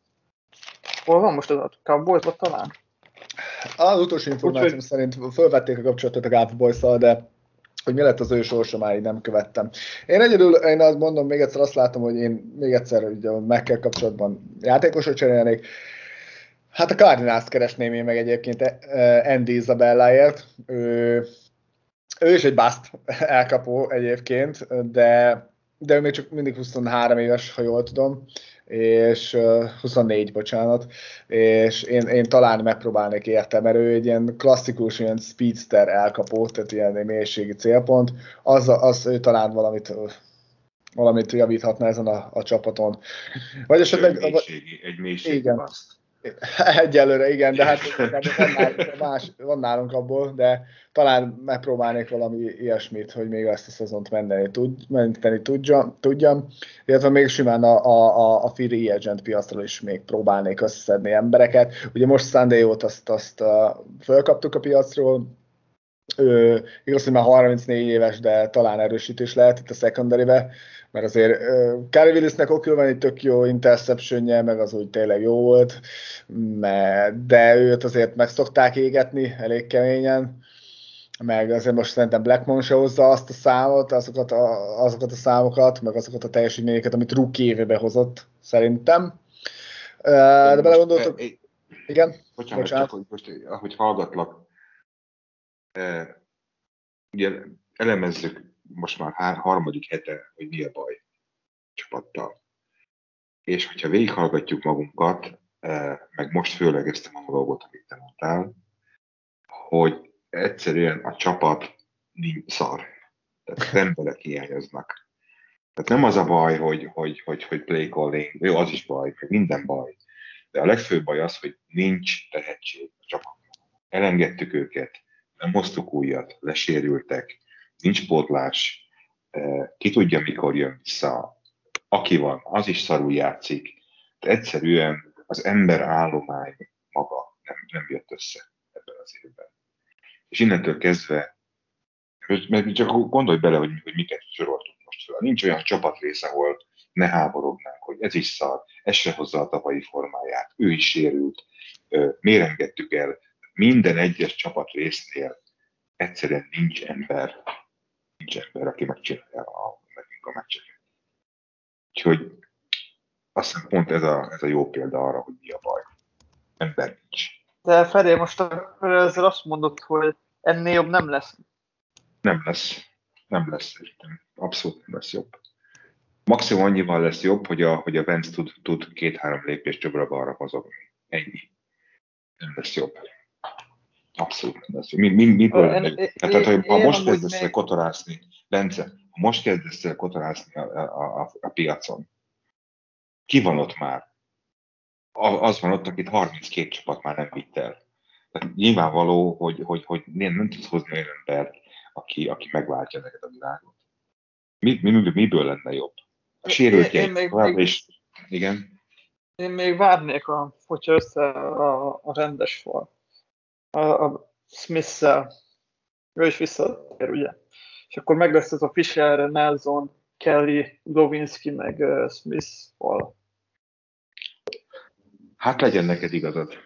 hol van most a Cowboys-ban talán? Az utolsó információm szerint fölvették a kapcsolatot a Cowboys-szal, de hogy mi lett az ő sorsa, már így nem követtem. Én azt mondom, még egyszer azt látom, hogy én még egyszer ugye a Mac-kel kapcsolatban játékosra cserélnék. Hát a Cardinals-t keresném én meg egyébként Andy Isabelláért. Ő is egy bust elkapó egyébként, de ő még csak mindig 23 éves, ha jól tudom, és 24, bocsánat, és én talán megpróbálnék érte, mert ő egy ilyen klasszikus, ilyen speedster elkapó, tehát ilyen mélységi célpont, az ő talán valamit javíthatna ezen a csapaton. Vagy esetleg... Egy mélységi baszt. Egyelőre igen, de hát van nálunk abból, de talán megpróbálnék valami ilyesmit, hogy még ezt a szezont menteni tudjam, illetve még simán a Free Agent piacról is még próbálnék összeszedni embereket. Ugye most Sunday-ot azt fölkaptuk a piacról, igaz, hogy már 34 éves, de talán erősítés lehet itt a secondary-be, mert azért Kyle Willisnek okül van egy tök jó interceptionje, meg az úgy tényleg jó volt, de őt azért meg szokták égetni elég keményen, meg azért most szerintem Blackmon se hozza azt a számot, azokat a számokat, meg azokat a teljesítményeket, amit rookie évebe hozott, szerintem. De belegondoltok... Igen? Bocsánat, csak most, ahogy hallgatlak, ugye elemezzük most már harmadik hete, hogy mi a baj csapattal. És hogyha végighallgatjuk magunkat, meg most főleg ezt a dolgot, amit te mondtál, hogy egyszerűen a csapat nincs szar. Tehát az emberek hiányoznak. Tehát nem az a baj, hogy play calling, jó, az is baj, meg minden baj. De a legfőbb baj az, hogy nincs tehetség a csapatban. Elengedtük őket, nem hoztuk újat, lesérültek, nincs pótlás, ki tudja, mikor jön vissza, aki van, az is szarul játszik. De egyszerűen az ember állomány maga nem jött össze ebben az évben. És innentől kezdve, mert csak gondolj bele, hogy miket soroltunk most fel. Nincs olyan csapatrész, ahol ne háborognánk, hogy ez is szar, ez se hozza a tavalyi formáját, ő is sérült, miért engedtük el. Minden egyes csapatrésznél egyszerűen nincs ember, aki megcsinálja nekünk a meccseket. Úgyhogy azt hiszem pont ez a jó példa arra, hogy mi a baj. Ember nincs. De Feri, most akkor ezzel azt mondod, hogy ennél jobb nem lesz. Nem lesz szerintem. Abszolút nem lesz jobb. Maximum annyival lesz jobb, hogy a Vance tud 2-3 lépést jobbra-balra mozogni. Ennyi. Nem lesz jobb. Abszolút nem lesz jobb. Miből lenne? Tehát, ha most kezdesz el kotorászni, Bence, ha most kezdesz el kotorászni a piacon, ki van ott már? Az van ott, akit 32 csapat már nem vitt el. Tehát nyilvánvaló, hogy nem tudsz hozni olyan embert, aki megváltja neked a világot. Miből lenne jobb? A sérültjeik továbbra is. Igen. Én még várnék, hogyha össze a rendes fal. A Smith-szel. Ő is visszatér, ugye? És akkor meg lesz ez a Fisher, Nelson, Kelly, Glowinski, meg Smith fal. Hát legyen neked igazad.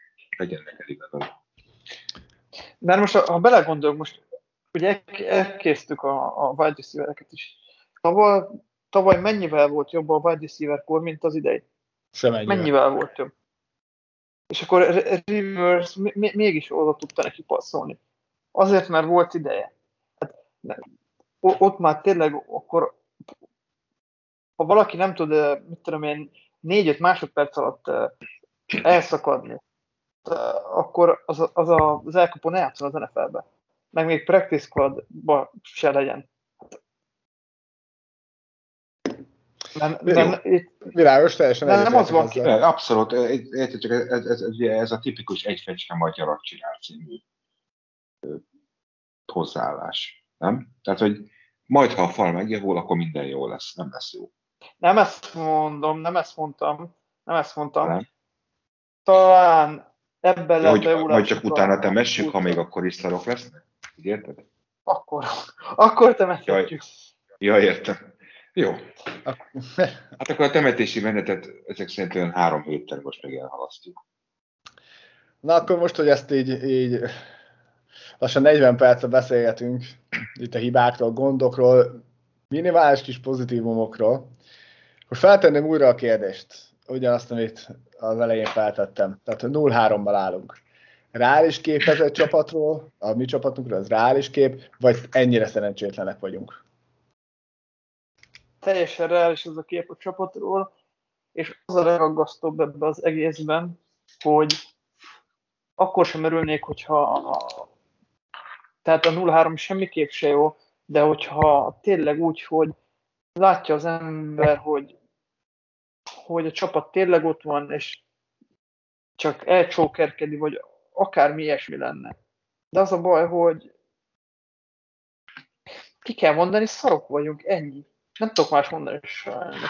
Mert most, ha belegondolok, most ugye elkésztük a wide receivereket is. Tavaly mennyivel volt jobb a wide receiver kor, mint az idei? Mennyivel volt jobb? És akkor Rivers mégis oda tudta neki passzolni. Azért, mert volt ideje. Hát, ott már tényleg akkor, ha valaki nem tud, mit tudom én, 4-5 másodperc alatt elszakadni, akkor az elkapó ne játszol az NFL-be. Meg még practice squadba se legyen. Világos, teljesen nem az van ki. Abszolút, ez a tipikus egy fecske magyarat csinál című hozzáállás. Nem? Tehát, hogy majd, ha a fal megjavul, akkor minden jó lesz. Nem lesz jó. Nem ezt mondtam. Nem? Talán ebben lehet beugrást. Majd csak utána temessük, ha még akkor is szarok lesznek? Így érted? Akkor temetjük. Ja, értem. Jó. Hát akkor a temetési menetet ezek szerint olyan 3 héttel most meg elhalasztjuk. Na akkor most, hogy ezt így lassan 40 percre beszélgetünk itt a hibákról, gondokról, minimális kis pozitívumokról, akkor feltenném újra a kérdést, ugyanazt, amit az elején feltettem. Tehát 0-3-mal állunk. Reális kép ez egy csapatról, a mi csapatunkról, ez reális kép, vagy ennyire szerencsétlenek vagyunk? Teljesen reális ez a kép a csapatról, és az a legaggasztóbb ebben az egészben, hogy akkor sem örülnék, hogyha tehát a 0-3 semmiképp se jó, de hogyha tényleg úgy, hogy látja az ember, hogy a csapat tényleg ott van, és csak elcsókerkedni, vagy akármi ilyesmi lenne. De az a baj, hogy ki kell mondani, szarok vagyunk, ennyi. Nem tudok más mondani sajnos.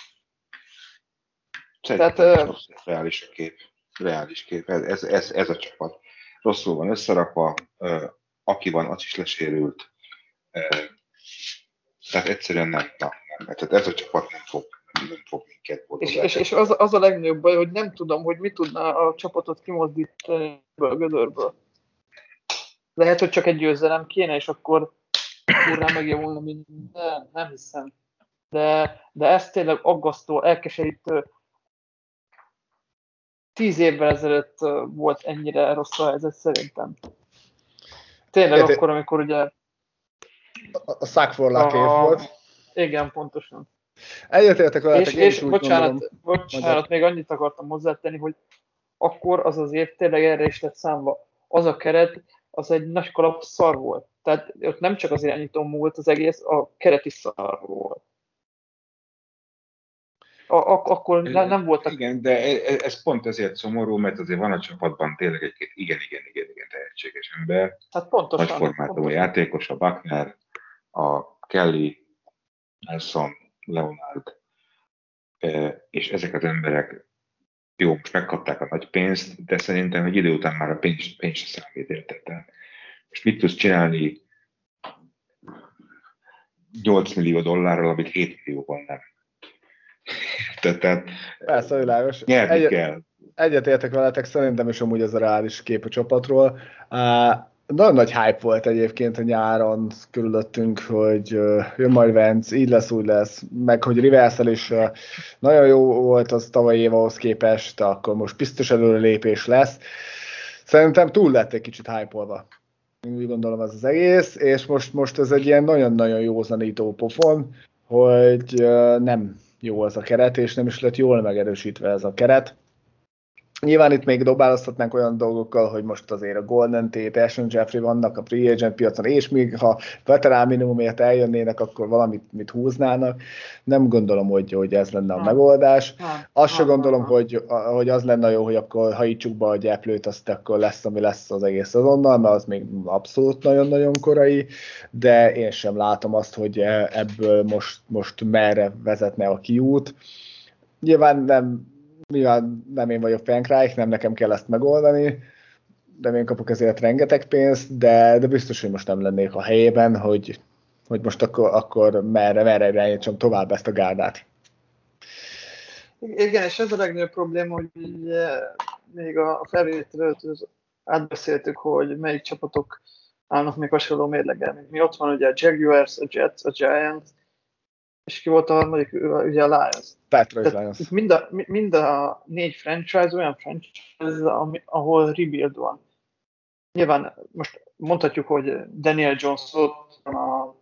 Szerintem reális a kép. Reális kép. Ez a csapat. Rosszul van összerakva, aki van, az is lesérült. Tehát egyszerűen nem. Tehát ez a csapat nem fog minket boldogálni. És az a legnagyobb baj, hogy nem tudom, hogy mit tudná a csapatot kimozdítani a gödörből. Lehet, hogy csak egy győzelem kéne, és akkor úrrá megjavulna minden. Nem hiszem. De ez tényleg aggasztó, elkeserítő. 10 évvel ezelőtt volt ennyire rossz a helyzet szerintem. Tényleg akkor, amikor ugye... A Suck for Luck év volt. Igen, pontosan. Egyetértek veletek, és bocsánat, még annyit akartam hozzátenni, hogy akkor az az év tényleg erre is lett számva. Az a keret, az egy nagy kalap szar volt. Tehát ott nem csak az irányító múlt az egész, a keret is szar volt. Akkor nem voltak... Igen, de ez pont ezért szomorú, mert azért van a csapatban tényleg egy-két igen tehetséges ember. Hát pontosan. Nagy formátumú játékos, a Buckner, a Kelly, Nelson, Leonard, és ezek az emberek jó, most megkapták a nagy pénzt, de szerintem egy idő után már a pénz sem számít, érted? Most mit tudsz csinálni 8 millió dollárral, amit 7 millióban nem? Tehát persze, világos. Nyerni kell. Egyetértek veletek, szerintem is amúgy ez a reális kép a csapatról. Nagyon nagy hype volt egyébként a nyáron körülöttünk, hogy jön majd Vance, így lesz, úgy lesz, meg hogy Rivers-el is nagyon jó volt az tavalyi év ahhoz képest, akkor most biztos előrelépés lesz. Szerintem túl lett egy kicsit hype-olva. Én úgy gondolom ez az egész, és most ez egy ilyen nagyon-nagyon józanító pofon, hogy nem jó az a keret, és nem is lett jól megerősítve ez a keret. Nyilván itt még dobáloztatnánk olyan dolgokkal, hogy most azért a Golden Tate, Ashton Jeffrey vannak a free agent piacon, és még ha veterán minimumért eljönnének, akkor valamit húznának. Nem gondolom, hogy ez lenne a megoldás. Azt se gondolom, hogy az lenne jó, hogy akkor hajítsuk be a gyeplőt, azt akkor lesz, ami lesz az egész azonnal, mert az még abszolút nagyon-nagyon korai, de én sem látom azt, hogy ebből most merre vezetne a kiút. Nyilván nem én vagyok Frank Reich, nem nekem kell ezt megoldani, de én kapok ezért rengeteg pénzt, de biztos, hogy most nem lennék a helyében, hogy most akkor merre irányítsam tovább ezt a gárdát. Igen, és ez a legnagyobb probléma, hogy még a felvétel átbeszéltük, hogy melyik csapatok állnak még hasonló mérleggel. Mi ott van ugye a Jaguars, a Jets, a Giants, és ki volt a harmadik, ugye a Lions. Detroit Lions. Mind a 4 franchise olyan franchise, ahol rebuild van. Nyilván most mondhatjuk, hogy Daniel Jones volt a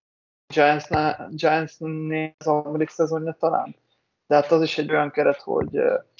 Giants-nél az harmadik szezonja talán. De hát az is egy olyan keret, hogy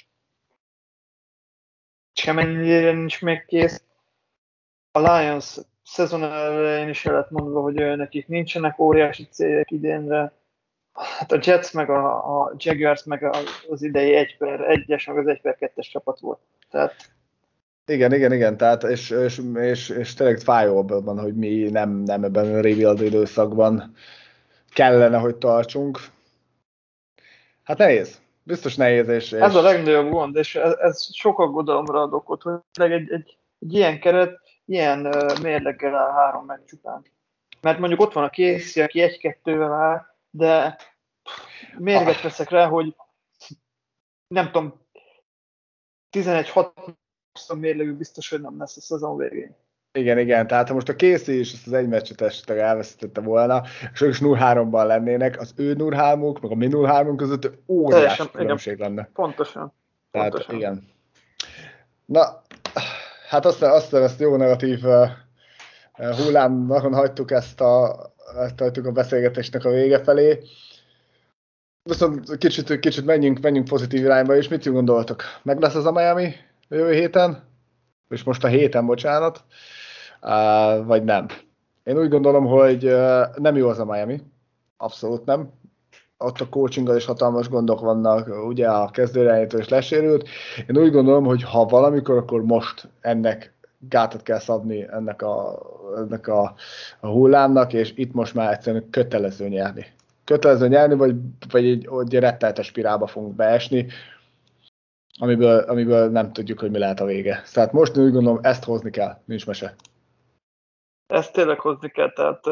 semennyire nincs még kész. A Lions szezon elején is el lett mondva, hogy nekik nincsenek óriási céljak idénre. Hát a Jets meg a Jaguars meg az idei 1/1-es, meg az 1/2-es csapat volt. Tehát... Igen, tehát és tényleg fájó abban, hogy mi nem ebben a rebuild időszakban kellene, hogy tartsunk. Hát nehéz. Biztos nehéz. És... Ez a legnagyobb gond, és ez sok aggodalomra ad okot, hogy egy ilyen keret, ilyen mérleggel áll 3 meccs után. Mert mondjuk ott van a Casey, aki 1-2-vel áll, de mérget veszek rá, hogy nem tudom, 11-6 mérlegű biztos, hogy nem lesz a szezon végén. Igen, tehát ha most a Casey is ezt az egy meccset esetleg elveszítette volna, és ők is 0-3-ban lennének, az ő 0-3-uk, meg a mi 0-3-unk között óriási különbség lenne. Pontosan. Tehát igen. Na, hát aztán ezt jó negatív hullámban hagytuk ezt a beszélgetésnek a vége felé. Viszont kicsit menjünk pozitív irányba, és mit gondoltok? Meg lesz az a Miami jövő héten? És most a héten, bocsánat. Vagy nem? Én úgy gondolom, hogy nem jó az a Miami. Abszolút nem. ott a coachinggal is hatalmas gondok vannak, ugye a kezdőirányító is lesérült. Én úgy gondolom, hogy ha valamikor, akkor most ennek gátat kell szabni ennek a hullámnak, és itt most már egyszerűen kötelező nyerni. Kötelező nyerni, vagy egy retteltes spirálba fogunk beesni, amiből nem tudjuk, hogy mi lehet a vége. Tehát most úgy gondolom, ezt hozni kell, nincs mese. Ezt tényleg hozni kell, tehát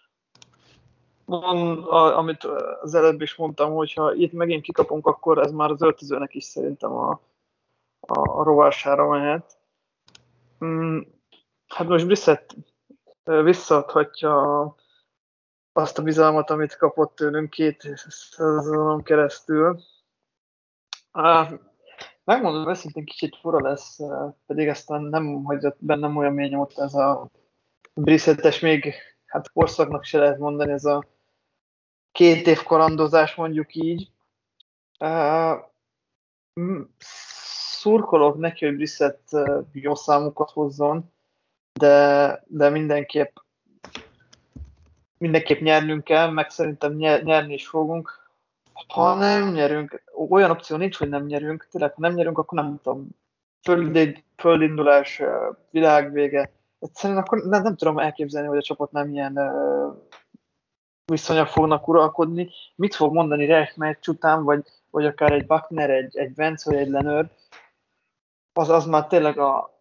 amit az előbb is mondtam, hogy ha itt megint kikapunk, akkor ez már az öltözőnek is szerintem a rovására mehet. Hát most Brissett visszaadhatja azt a bizalmat, amit kapott tőlünk 2 szezonon keresztül. Megmondom, őszintén kicsit fura lesz, pedig aztán nem hagyott bennem olyan mély nyomot ez a Brissettes, még hát korszaknak se lehet mondani, ez a 2 év kalandozás, mondjuk így. Szurkolok neki, hogy Brissett jó számokat hozzon, de mindenképp nyernünk kell, meg szerintem nyerni is fogunk. Ha nem nyerünk, olyan opció nincs, hogy nem nyerünk, tényleg, ha nem nyerünk, akkor nem tudom, földindulás, világvége. Egyszerűen akkor nem tudom elképzelni, hogy a csapatnál milyen viszonyok fognak uralkodni. Mit fog mondani Reich meccs után, vagy akár egy Buckner, egy Vance, vagy egy Leonard, az már tényleg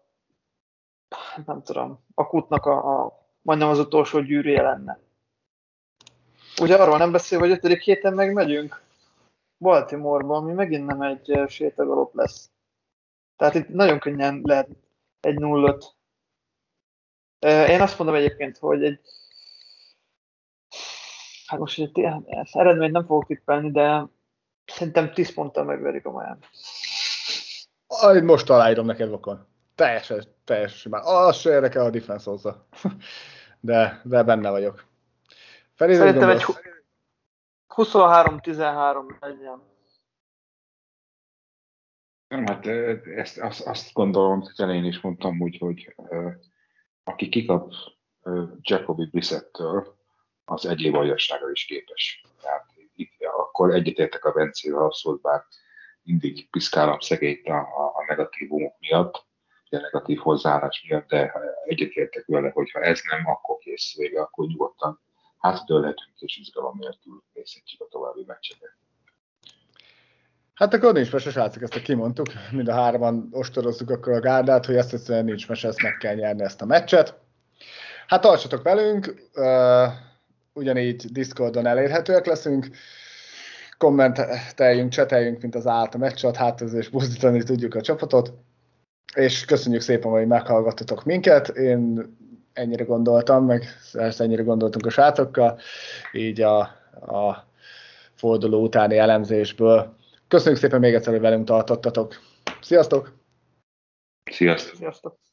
nem tudom, a kútnak majdnem az utolsó gyűrűje lenne. Ugye arról nem beszél, hogy 5. héten megmegyünk Baltimoreba, ami megint nem egy sétagalop lesz. Tehát itt nagyon könnyen lehet egy 0-5. Én azt mondom egyébként, hogy hát most egy eredményt nem fogok tippelni, de szerintem 10 ponttal megverik a Miami. Most aláírom neked, Vakon. Teljesen simán. Az se érdekel, a defense hozza. De benne vagyok. Feri, szerintem egy 23-13 legyen. Nem, hát azt gondolom, hogy elején is mondtam úgy, hogy aki kikap Jacoby Brissettől, az egyéb aljasságra is képes. Tehát akkor egyetértek a Bencével abszolút, bár mindig piszkálom szegélyt a negatívumok miatt, a negatív hozzáállás miatt, de egyetértek vele, hogy ha ez nem, akkor kész vége, akkor nyugodtan hátadőlhetünk és izgalom nélkül nézhetjük a további meccseket. Hát akkor nincs mese, srácok, ezt kimondtuk, mind a 3-an ostorozzuk akkor a gárdát, hogy ezt egyszerűen nincs mese, ezt meg kell nyerni ezt a meccset. Hát tartsatok velünk, ugyanígy Discordon elérhetőek leszünk, kommenteljünk, cseteljünk, mint az állat a meccset, hát és buzdítani tudjuk a csapatot, és köszönjük szépen, hogy meghallgattatok minket, én ennyire gondoltam, meg ennyire gondoltunk a srácokkal, így a forduló utáni elemzésből. Köszönjük szépen még egyszer, hogy velünk tartottatok. Sziasztok! Sziasztok! Sziasztok!